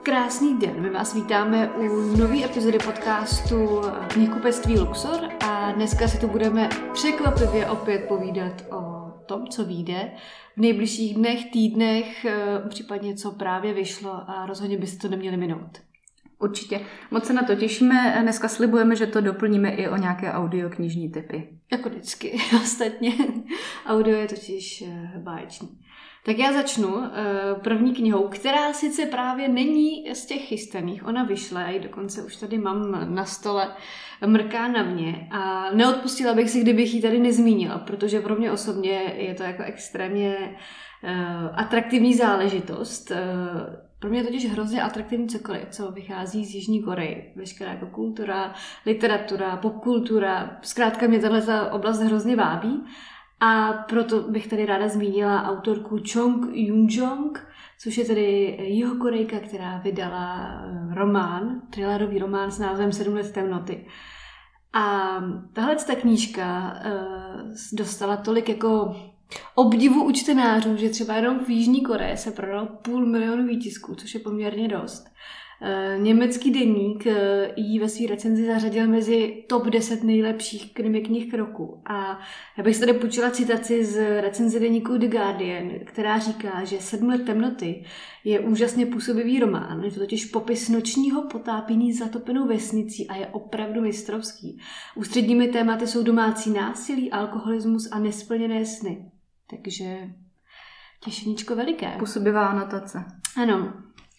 Krásný den, my vás vítáme u nové epizody podcastu Knihkupectví Luxor a dneska si tu budeme překvapivě opět povídat o tom, co vyjde v nejbližších dnech, týdnech, případně co právě vyšlo a rozhodně byste to neměli minout. Určitě. Moc se na to těšíme. Dneska slibujeme, že to doplníme i o nějaké audioknižní tipy. Jako vždycky, ostatně. Audio je totiž báječný. Tak já začnu první knihou, která sice právě není z těch chystaných. Ona vyšla, i dokonce už tady mám na stole, mrká na mě a neodpustila bych si, kdybych ji tady nezmínila, protože pro mě osobně je to jako extrémně atraktivní záležitost. Pro mě je totiž hrozně atraktivní cokoliv, co vychází z Jižní Koreje. Veškerá jako kultura, literatura, popkultura, zkrátka mě tato oblast hrozně vábí. A proto bych tady ráda zmínila autorku Chung Yoon-jong, což je tedy Jihokorejka, která vydala thrillerový román s názvem 7 let temnoty. A tahle knížka dostala tolik jako obdivu u čtenářů, že třeba jenom v Jižní Koreji se prodalo 500 000 výtisků, což je poměrně dost. Německý deník ji ve své recenzi zařadil mezi top 10 nejlepších knih roku. A já bych se tady půjčila citaci z recenze deníku The Guardian, která říká, že 7 let temnoty je úžasně působivý román. Je to totiž popis nočního potápění zatopenou vesnicí a je opravdu mistrovský. Ústředními tématy jsou domácí násilí, alkoholismus a nesplněné sny. Takže těšeníčko veliké. Působivá anotace. Ano.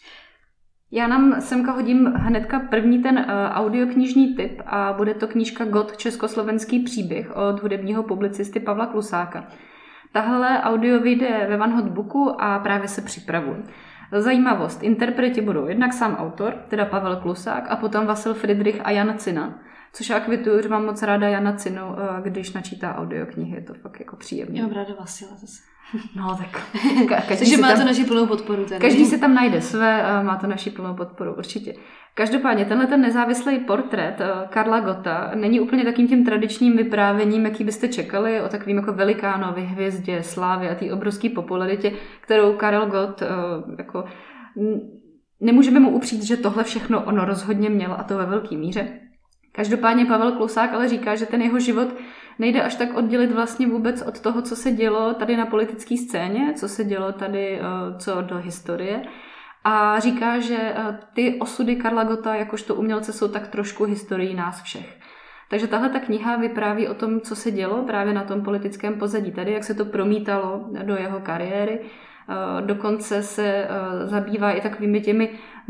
Já nám semka hodím hnedka první ten audioknižní tip a bude to knížka God, československý příběh od hudebního publicisty Pavla Klusáka. Tahle audio vyjde ve One Hot Booku a právě se připravuji. Zajímavost, interpreti budou jednak sám autor, teda Pavel Klusák, a potom Vasil Fridrich a Jan Cina, což já kvituju, že mám moc ráda Jana Cinu, když načítá audioknihy, je to fakt jako příjemné. Já mám ráda Vasila zase. No tak. Takže má to naši plnou podporu. Tady. Každý si tam najde své a má to naši plnou podporu, určitě. Každopádně tenhle nezávislý portrét Karla Gotta není úplně takým tím tradičním vyprávěním, jaký byste čekali o takovým jako velikánovi, hvězdě, slávě a té obrovské popularitě, kterou Karel Gott jako nemůžeme mu upřít, že tohle všechno ono rozhodně měl a to ve velké míře. Každopádně Pavel Klusák ale říká, že ten jeho život nejde až tak oddělit vlastně vůbec od toho, co se dělo tady na politické scéně, co se dělo tady co do historie. A říká, že ty osudy Karla Gotta jakožto umělce jsou tak trošku historií nás všech. Takže tahle ta kniha vypráví o tom, co se dělo právě na tom politickém pozadí tady, jak se to promítalo do jeho kariéry. Dokonce se zabývá i takovými těmi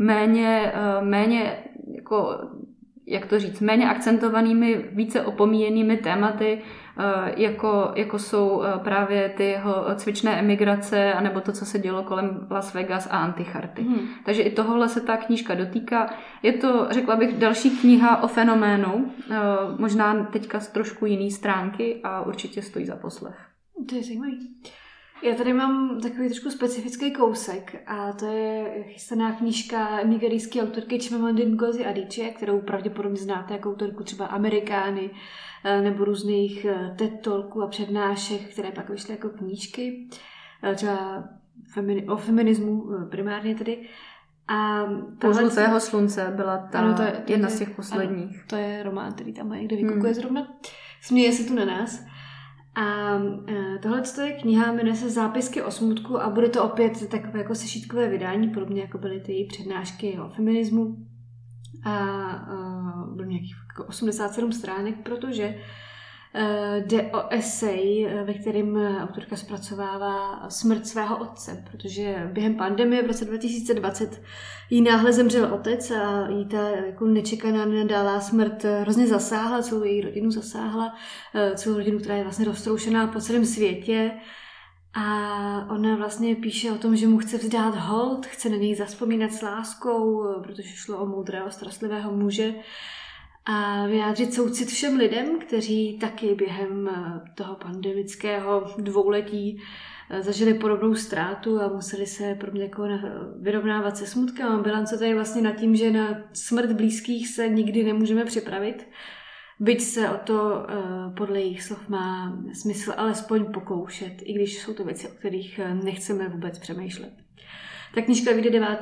méně jako jak to říct, méně akcentovanými, více opomíjenými tématy, jako jsou právě ty jeho cvičné emigrace, anebo to, co se dělo kolem Las Vegas a Anticharty. Takže i tohohle se ta knížka dotýká. Je to, řekla bych, další kniha o fenoménu, možná teďka z trošku jiný stránky a určitě stojí za poslech. To je zajímavý. Já tady mám takový trošku specifický kousek a to je chystaná knížka nigerijské autorky Chimamanda Ngozi Adichie, kterou pravděpodobně znáte jako autorku třeba Amerikány nebo různých TED Talků a přednášek, které pak vyšly jako knížky, třeba o feminismu primárně tedy. A Po žlutého slunce byla jedna z těch posledních. Ano, to je román, který tam někde vykukuje zrovna. Směje se tu na nás. A tohle je kniha, jmenuje se Zápisky o smutku a bude to opět takové jako sešítkové vydání, podobně jako byly ty její přednášky o feminismu. A bylo nějakých 87 stránek, protože jde o esej, ve kterém autorka zpracovává smrt svého otce, protože během pandemie v roce 2020 jí náhle zemřel otec a jí ta jako nečekaná nenadálá smrt hrozně zasáhla, celou její rodinu zasáhla, celou rodinu, která je vlastně roztroušená po celém světě. A ona vlastně píše o tom, že mu chce vzdát hold, chce na něj zavzpomínat s láskou, protože šlo o moudrého, starostlivého muže, a vyjádřit soucit všem lidem, kteří taky během toho pandemického dvouletí zažili podobnou ztrátu a museli se pro mě jako vyrovnávat se smutkem. A bilance tady vlastně nad tím, že na smrt blízkých se nikdy nemůžeme připravit, byť se o to podle jejich slov má smysl alespoň pokoušet, i když jsou to věci, o kterých nechceme vůbec přemýšlet. Ta knížka vyjde 9.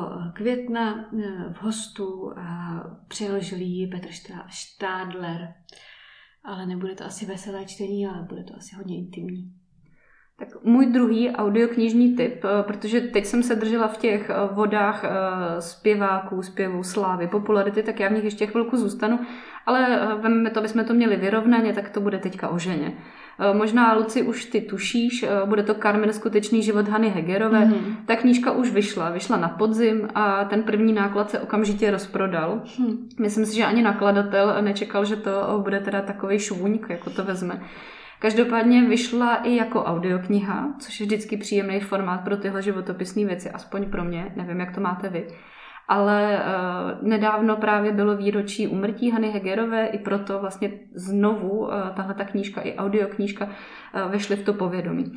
května v Hostu a přeložil ji Petr Štádler. Ale nebude to asi veselé čtení, ale bude to asi hodně intimní. Tak můj druhý audioknižní tip, protože teď jsem se držela v těch vodách zpěváků, zpěvů, slávy, popularity, tak já v nich ještě chvilku zůstanu, ale veme to, bychom to měli vyrovnaně, tak to bude teďka o ženě. Možná, Luci, už ty tušíš, bude to Carmen, skutečný život Hany Hegerové. Mm-hmm. Ta knížka už vyšla na podzim a ten první náklad se okamžitě rozprodal. Myslím si, že ani nakladatel nečekal, že to bude teda takovej švůňk, jako to vezme. Každopádně vyšla i jako audiokniha, což je vždycky příjemný formát pro tyhle životopisné věci, aspoň pro mě, nevím, jak to máte vy. Ale nedávno právě bylo výročí úmrtí Hany Hegerové, i proto vlastně znovu tahle ta knížka i audioknížka vešly v to povědomí.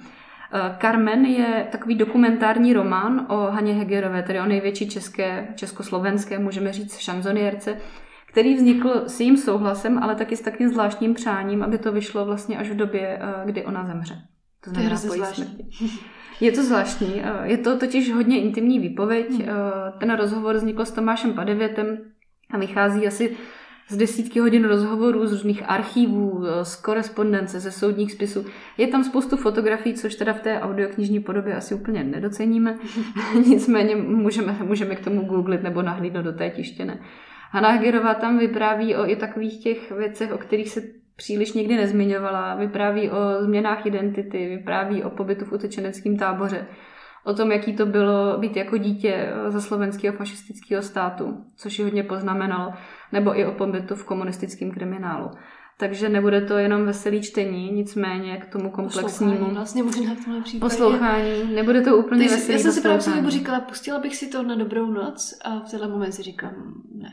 Carmen je takový dokumentární román o Haně Hegerové, tedy o největší československé, můžeme říct, šanzoniérce, který vznikl s jejím souhlasem, ale taky s takým zvláštním přáním, aby to vyšlo vlastně až v době, kdy ona zemře. To znamená po její smrti. Je to zvláštní. Je to totiž hodně intimní výpověď. Ten rozhovor vznikl s Tomášem Padevětem a vychází asi z desítky hodin rozhovorů z různých archívů, z korespondence, ze soudních spisů. Je tam spoustu fotografií, což teda v té audioknižní podobě asi úplně nedoceníme. Nicméně můžeme k tomu googlit nebo nahlídnout do té tištěné. Hana Hegerová tam vypráví o i takových těch věcech, o kterých se příliš nikdy nezmiňovala. Vypráví o změnách identity, vypráví o pobytu v utečeneckém táboře, o tom, jaký to bylo být jako dítě za slovenského fašistického státu, což ji hodně poznamenalo, nebo i o pobytu v komunistickém kriminálu. Takže nebude to jenom veselý čtení, nicméně k tomu komplexnímu vlastně možná v tomhle případě poslouchání. Nebude to úplně veselý. Já jsem si právě sobě říkala, pustila bych si to na dobrou noc a v tenhle moment si říkám, ne.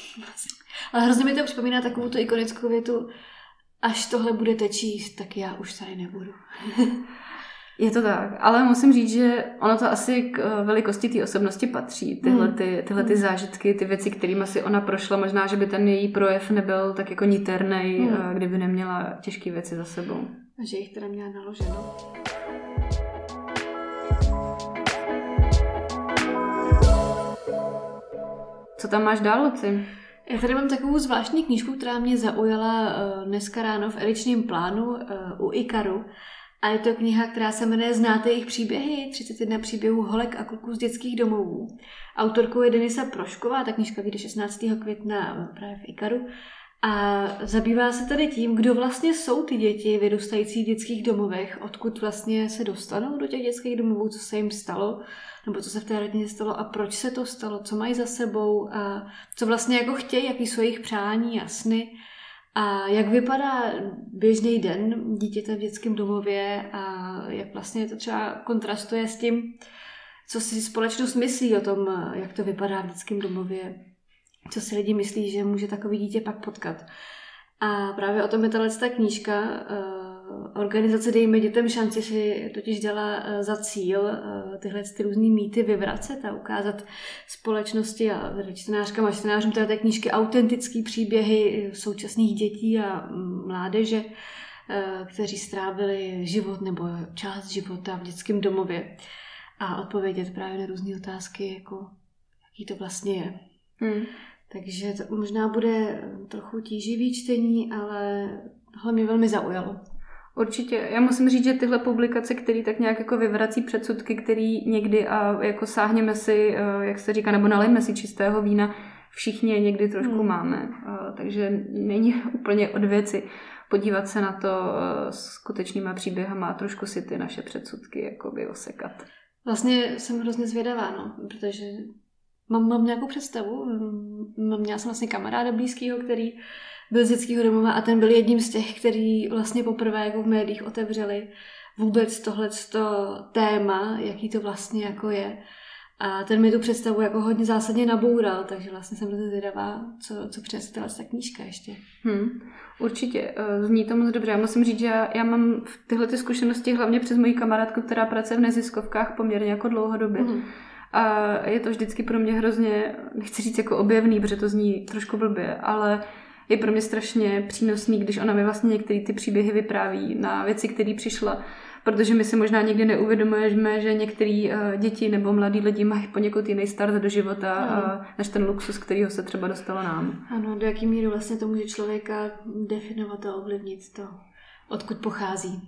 Ale hrozně mi to připomíná takovou tu ikonickou větu, až tohle budete číst, tak já už tady nebudu. Je to tak, ale musím říct, že ono to asi k velikosti té osobnosti patří. Tyhle ty zážitky, ty věci, kterými si ona prošla, možná, že by ten její projev nebyl tak jako niternej, kdyby neměla těžké věci za sebou. A že jich teda měla naloženo. Co tam máš dál, Luci? Já tady mám takovou zvláštní knížku, která mě zaujala dneska ráno v edičním plánu u Ikaru. A je to kniha, která se jmenuje Znáte jejich příběhy? 31 příběhů holek a kluků z dětských domovů. Autorkou je Denisa Prošková, ta knížka vyjde 16. května právě v Ikaru. A zabývá se tady tím, kdo vlastně jsou ty děti vyrůstající v dětských domovech, odkud vlastně se dostanou do těch dětských domovů, co se jim stalo, nebo co se v té rodině stalo a proč se to stalo, co mají za sebou a co vlastně jako chtějí, jaký jsou jejich přání a sny. A jak vypadá běžný den dítěte v dětském domově a jak vlastně to třeba kontrastuje s tím, co si společnost myslí o tom, jak to vypadá v dětském domově, co si lidi myslí, že může takový dítě pak potkat. A právě o tom je tato knížka. Organizace Dejme dětem šanci si totiž dala za cíl tyhle ty různý mýty vyvracet a ukázat společnosti a čtenářkám a čtenářům té knížky autentický příběhy současných dětí a mládeže, kteří strávili život nebo část života v dětském domově a odpovědět právě na různé otázky, jako jaký to vlastně je. Takže to možná bude trochu tíživý čtení, ale tohle mě velmi zaujalo. Určitě. Já musím říct, že tyhle publikace, které tak nějak jako vyvrací předsudky, který někdy a jako sáhněme si, jak se říká, nebo nalejme si čistého vína, všichni je někdy trošku máme. Takže není úplně od věci podívat se na to skutečnýma příběhama a trošku si ty naše předsudky jakoby osekat. Vlastně jsem hrozně zvědavá, protože mám nějakou představu. Měla jsem vlastně kamaráda blízkýho, který byl z dětského domova a ten byl jedním z těch, který vlastně poprvé jako v médiích otevřeli vůbec tohleto téma, jaký to vlastně jako je. A ten mi tu představu jako hodně zásadně naboural, takže vlastně jsem hrozně zvědavá, co přinese ta knížka ještě. Určitě, zní to moc dobře. Já musím říct, že já mám tyhle ty zkušenosti hlavně přes moji kamarádku, která pracuje v neziskovkách poměrně jako dlouhodobě. A je to vždycky pro mě hrozně, nechci říct jako objevný, protože to zní trošku blbě, ale je pro mě strašně přínosný, když ona mi vlastně některé ty příběhy vypráví na věci, které přišla, protože my si možná nikdy neuvědomujeme, že některý děti nebo mladí lidi mají poněkud jiný start do života, než ten luxus, kterýho se třeba dostalo nám. Ano, do jaký míry vlastně to může člověka definovat a ovlivnit to, odkud pochází.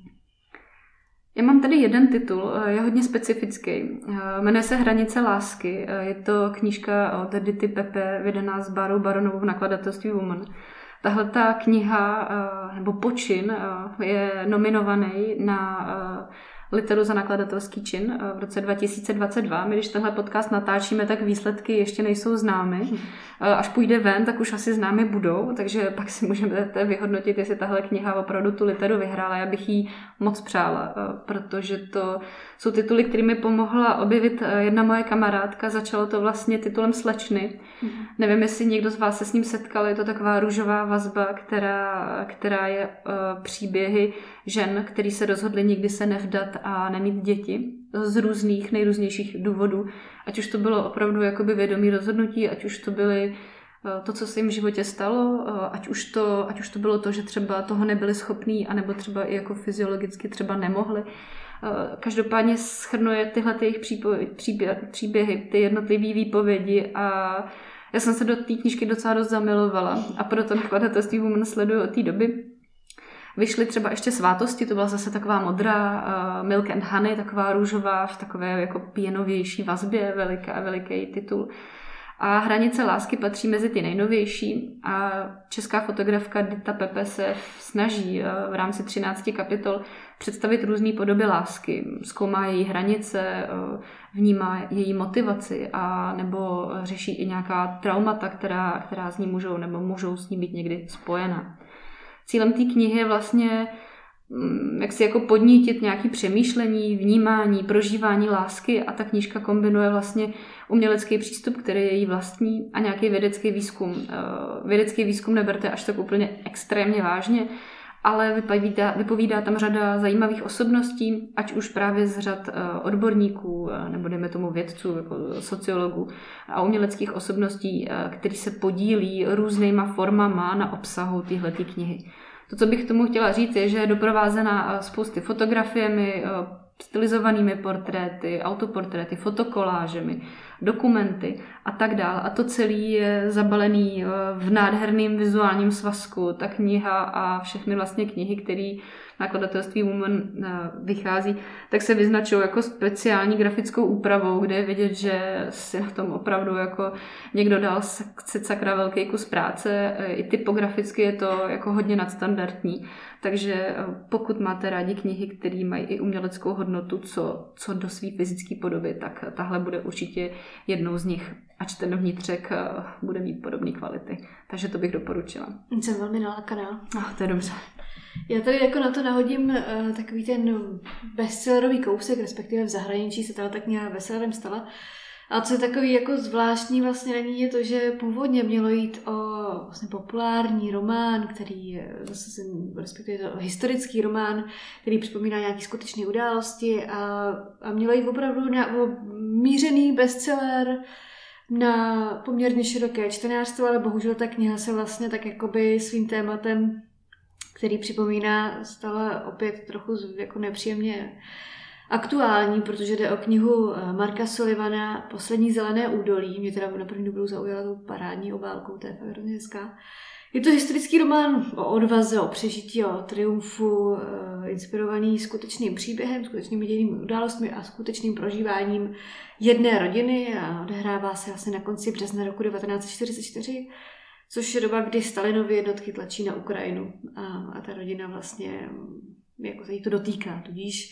Já mám tady jeden titul, je hodně specifický. Jmenuje se Hranice lásky. Je to knížka od Edity Pepe, vydaná s Bárou Baronovou v nakladatelství Woman. Tahle ta kniha, nebo počin, je nominovaný na Literu za nakladatelský čin v roce 2022. My, když tenhle podcast natáčíme, tak výsledky ještě nejsou známy. Až půjde ven, tak už asi známy budou, takže pak si můžeme vyhodnotit, jestli tahle kniha opravdu tu Literu vyhrála. Já bych jí moc přála, protože to jsou tituly, kterými pomohla objevit jedna moje kamarádka. Začalo to vlastně titulem Slečny. Nevím, jestli někdo z vás se s ním setkal, je to taková růžová vazba, která je příběhy žen, který se rozhodly nikdy se nevdat a nemít děti z různých, nejrůznějších důvodů. Ať už to bylo opravdu jakoby vědomí rozhodnutí, ať už to byly to, co se jim v životě stalo, ať už to bylo to, že třeba toho nebyli schopní, anebo třeba i jako fyziologicky třeba nemohli. Každopádně shrnuje tyhle jejich příběhy, ty jednotlivé výpovědi a já jsem se do té knížky docela dost zamilovala a proto nakladatelství Woman sleduju od té doby. Vyšly třeba ještě Svátosti, to byla zase taková modrá, Milk and Honey, taková růžová, v takové jako pěnovější vazbě, veliký titul. A Hranice lásky patří mezi ty nejnovější a česká fotografka Edita Pepe se snaží v rámci 13 kapitol představit různé podoby lásky. Zkoumá její hranice, vnímá její motivaci a nebo řeší i nějaká traumata, která s ní můžou s ní být někdy spojena. Cílem té knihy je vlastně jak si jako podnítit nějaké přemýšlení, vnímání, prožívání lásky a ta knížka kombinuje vlastně umělecký přístup, který je její vlastní a nějaký vědecký výzkum. Vědecký výzkum neberte až tak úplně extrémně vážně, ale vypovídá tam řada zajímavých osobností, ať už právě z řad odborníků, nebo dejme tomu vědců, jako sociologů a uměleckých osobností, který se podílí různýma formama na obsahu téhleté knihy. To, co bych tomu chtěla říct, je, že je doprovázena spousty fotografiemi, stylizovanými portréty, autoportréty, fotokolážemi, dokumenty a tak dále. A to celé je zabalený v nádherném vizuálním svazku. Ta kniha a všechny vlastně knihy, které nakladatelství Woman vychází, tak se vyznačují jako speciální grafickou úpravou, kde je vidět, že si na tom opravdu jako někdo dal sakra velký kus práce. I typograficky je to jako hodně nadstandardní. Takže pokud máte rádi knihy, které mají i uměleckou hodnotu, co do své fyzické podoby, tak tahle bude určitě jednou z nich. Ač ten vnitřek bude mít podobné kvality. Takže to bych doporučila. Jsem velmi nalákaná. To je dobře. Já tady jako na to nahodím takový ten bestsellerový kousek, respektive v zahraničí se ta kniha bestsellerem stala. A co je takový jako zvláštní vlastně na ní je to, že původně mělo jít o vlastně populární román, který zase respektive to historický román, který připomíná nějaké skutečné události a mělo jít opravdu o mířený bestseller na poměrně široké čtenářstvo, ale bohužel ta kniha se vlastně tak jakoby svým tématem, který připomíná, stala opět trochu jako nepříjemně aktuální, protože jde o knihu Marka Sullivana Poslední zelené údolí. Mě teda na první dobu zaujala tou parádní obálkou, to je fakt hrozně hezká. Je to historický román o odvaze, o přežití, o triumfu, inspirovaný skutečným příběhem, skutečnými dějnými událostmi a skutečným prožíváním jedné rodiny a odehrává se vlastně na konci března roku 1944, což je doba, kdy Stalinovy jednotky tlačí na Ukrajinu a ta rodina vlastně jako se jí to dotýká, tudíž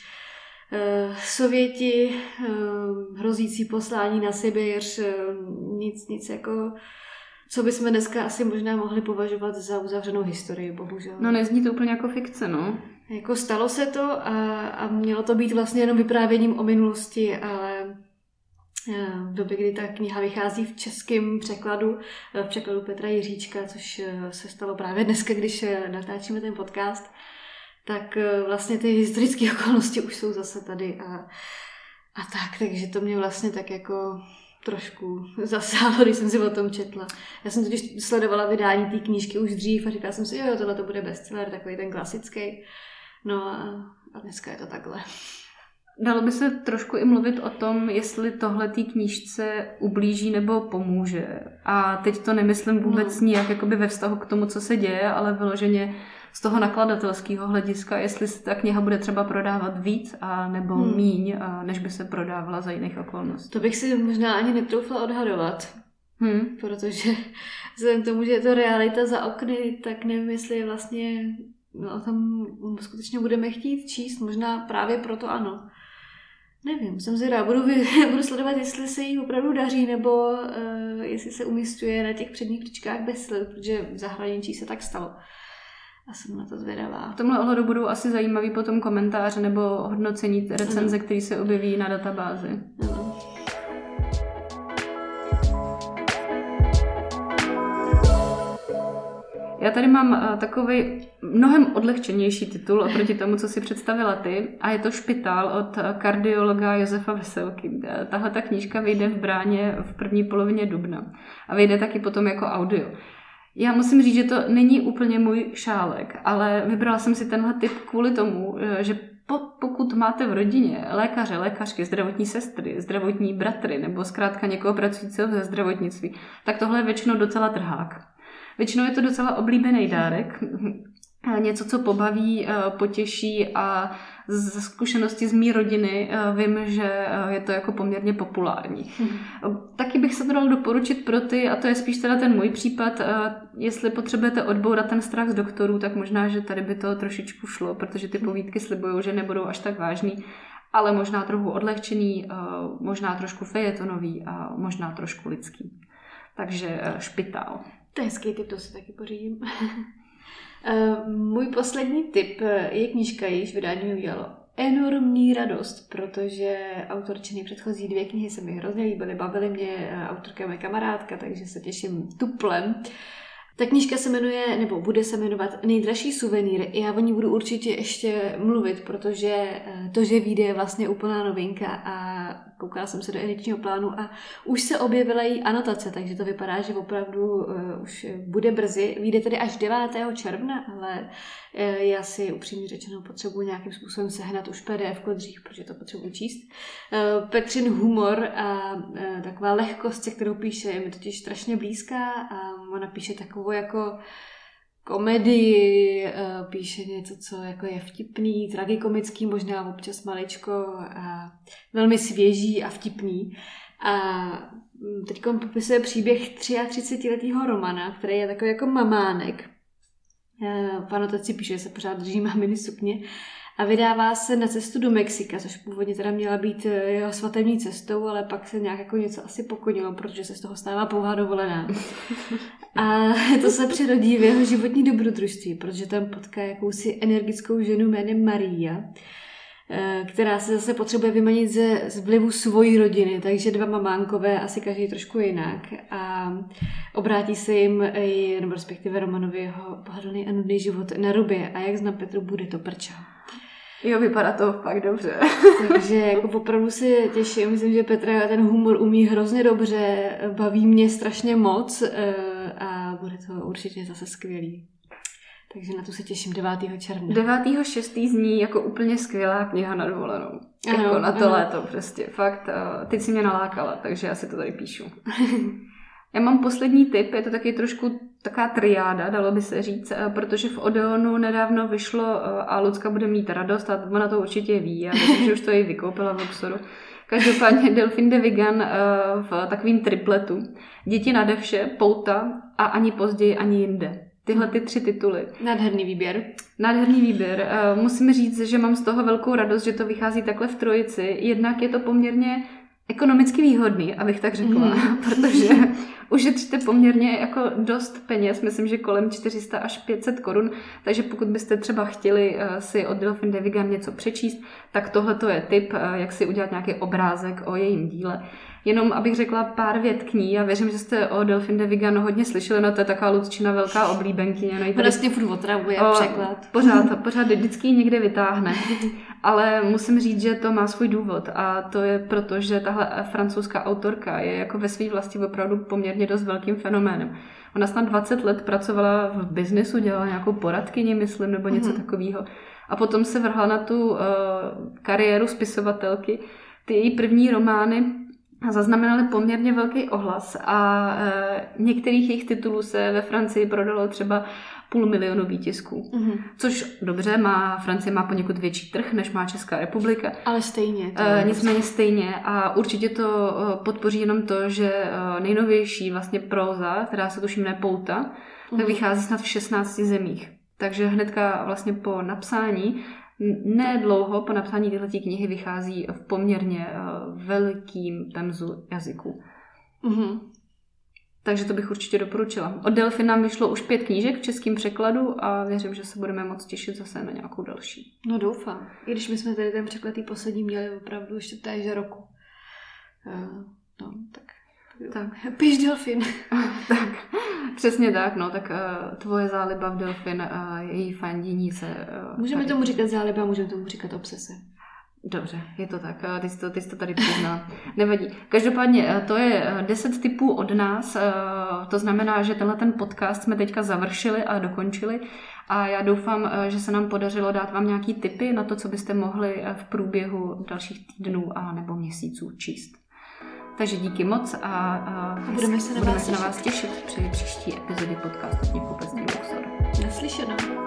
Sověti, hrozící poslání na Sibiř, nic jako, co bychom dneska asi možná mohli považovat za uzavřenou historii, bohužel. No nezní to úplně jako fikce, no. Jako stalo se to a mělo to být vlastně jenom vyprávěním o minulosti, ale v době, kdy ta kniha vychází v českém překladu, v překladu Petra Jiříčka, což se stalo právě dneska, když natáčíme ten podcast, tak vlastně ty historické okolnosti už jsou zase tady a tak, takže to mě vlastně tak jako trošku zasáhlo, když jsem si o tom četla. Já jsem totiž sledovala vydání té knížky už dřív a říkala jsem si, jo, tohle to bude bestseller, takový ten klasický. No a dneska je to takhle. Dalo by se trošku i mluvit o tom, jestli tohle té knížce ublíží nebo pomůže. A teď to nemyslím vůbec nijak jakoby ve vztahu k tomu, co se děje, ale vyloženě z toho nakladatelského hlediska, jestli se ta kniha bude třeba prodávat víc a nebo míň, než by se prodávala za jiných okolností. To bych si možná ani netroufla odhadovat. Protože vzhledem k tomu, že je to realita za okny, tak nevím, jestli vlastně o tom skutečně budeme chtít číst. Možná právě proto ano. Nevím, jsem zvědavá. Budu sledovat, jestli se jí opravdu daří, nebo jestli se umístuje na těch předních příčkách bestseller, protože v zahraničí se tak stalo. A jsem na to zvědavá. V tomhle ohledu budou asi zajímavý potom komentáře nebo hodnocení recenze, které se objeví na databázi. Já tady mám takový mnohem odlehčenější titul oproti tomu, co si představila ty, a je to Špitál od kardiologa Josefa Veselky. Tahle ta knížka vyjde v Bráně v první polovině dubna a vyjde taky potom jako audio. Já musím říct, že to není úplně můj šálek, ale vybrala jsem si tenhle tip kvůli tomu, že pokud máte v rodině lékaře, lékařky, zdravotní sestry, zdravotní bratry nebo zkrátka někoho pracujícího ve zdravotnictví, tak tohle je většinou docela trhák. Většinou je to docela oblíbený dárek, něco, co pobaví, potěší a ze zkušenosti z mý rodiny vím, že je to jako poměrně populární. Taky bych se to dal doporučit pro ty, a to je spíš teda ten můj případ, jestli potřebujete odbourat ten strach z doktorů, tak možná, že tady by to trošičku šlo, protože ty povídky slibují, že nebudou až tak vážný, ale možná trochu odlehčený, možná trošku fejetonový a možná trošku lidský. Takže Špitál. To je hezký tip, to si taky pořídím. Můj poslední tip je knížka, jejíž vydání mi udělalo enormní radost, protože autorčiny předchozí 2 knihy se mi hrozně líbily, bavily mě, autorka je moje kamarádka, takže se těším tuplem. Ta knížka se jmenuje, nebo bude se jmenovat Nejdražší suvenýr. Já o ní budu určitě ještě mluvit, protože to, že vyjde, je vlastně úplná novinka a koukala jsem se do edičního plánu a už se objevila její anotace, takže to vypadá, že opravdu už bude brzy. Vyjde tedy až 9. června, ale já si upřímně řečeno potřebuji nějakým způsobem sehnat už PDF dřív, protože to potřebuji číst. Petřin humor a taková lehkost, se kterou píše, je mi totiž strašně blízká a ona píše takovou jako komedii, píše něco, co jako je vtipný, tragikomický, možná občas maličko a velmi svěží a vtipný. A teď popisuje příběh 33letého Romana, který je takový jako mamánek. V anotaci píše, že se pořád drží máminy sukně a vydává se na cestu do Mexika, což původně teda měla být jeho svatební cestou, ale pak se nějak jako něco asi pokonilo, protože se z toho stává pouhá dovolená. A to se přirodí v jeho životní dobrodružství, protože tam potká jakousi energickou ženu jménem Maria, která se zase potřebuje vymanit z vlivu svojí rodiny, takže 2 mamánkové, asi každý trošku jinak. A obrátí se jim, nebo respektive Romanovi, jeho pohodlný a nudný život na rubě. A jak znám Petru, bude to prča. Jo, vypadá to fakt dobře. Takže jako opravdu si těším. Myslím, že Petra ten humor umí hrozně dobře, baví mě strašně moc a bude to určitě zase skvělý. Takže na to se těším 9. června. 9.6. zní jako úplně skvělá kniha na dovolenou. Jako na to léto prostě. Fakt, teď si mě nalákala, takže já si to tady píšu. Já mám poslední tip, je to taky trošku taková triáda, dalo by se říct, protože v Odeonu nedávno vyšlo a Lucka bude mít radost a ona to určitě ví a myslím, že už to jí vykoupila v Oxfordu. Každopádně Delphine de Vigan v takovým tripletu. Děti nade vše, Pouta a Ani později, ani jinde. Tyhle ty 3 tituly. Nádherný výběr. Nádherný výběr. Musím říct, že mám z toho velkou radost, že to vychází takhle v trojici. Jednak je to poměrně ekonomicky výhodný, abych tak řekla, protože ušetříte poměrně jako dost peněz, myslím, že kolem 400 až 500 korun, takže pokud byste třeba chtěli si od Delphine de Vigan něco přečíst, tak tohle to je tip, jak si udělat nějaký obrázek o jejím díle. Jenom abych řekla pár vět k ní, já věřím, že jste o Delphine de Vigan hodně slyšeli, no to je taková Lucčina velká oblíbenkyně. Vlastně furt otravuje překlad. Pořád vždycky někde vytáhne. Ale musím říct, že to má svůj důvod a to je proto, že tahle francouzská autorka je jako ve své vlasti opravdu poměrně dost velkým fenoménem. Ona snad 20 let pracovala v biznesu, dělala nějakou poradkyni, myslím, nebo něco takového. A potom se vrhla na tu kariéru spisovatelky. Ty její první romány zaznamenaly poměrně velký ohlas a některých jejich titulů se ve Francii prodalo třeba 500 000 výtisků. Což dobře, Francie má poněkud větší trh, než má Česká republika. Ale stejně. Nicméně stejně a určitě to podpoří jenom to, že nejnovější vlastně próza, která se tuším jmenuje Pouta, tak vychází snad v 16 zemích. Takže hnedka vlastně po napsání, nedlouho po napsání této knihy vychází v poměrně velikým temzu jazyku. Takže to bych určitě doporučila. Od Delfina vyšlo už 5 knížek v českém překladu a věřím, že se budeme moc těšit zase na nějakou další. No doufám. I když my jsme tady ten překlad poslední měli opravdu ještě téže roku. No, tak. Píš Delfin. Tak, přesně tak, no, tak tvoje záliba v Delfin, její fandění se... Můžeme tomu říkat záliba, můžeme tomu říkat obsese. Dobře, je to tak, ty jsi to tady přiznala. Nevadí. Každopádně to je 10 tipů od nás, to znamená, že tenhle ten podcast jsme teďka završili a dokončili a já doufám, že se nám podařilo dát vám nějaký tipy na to, co byste mohli v průběhu dalších týdnů a nebo měsíců číst. Takže díky moc a budeme se na vás těšit při příští epizodě podcastu Knihkupectví Luxor. Naslyšenou.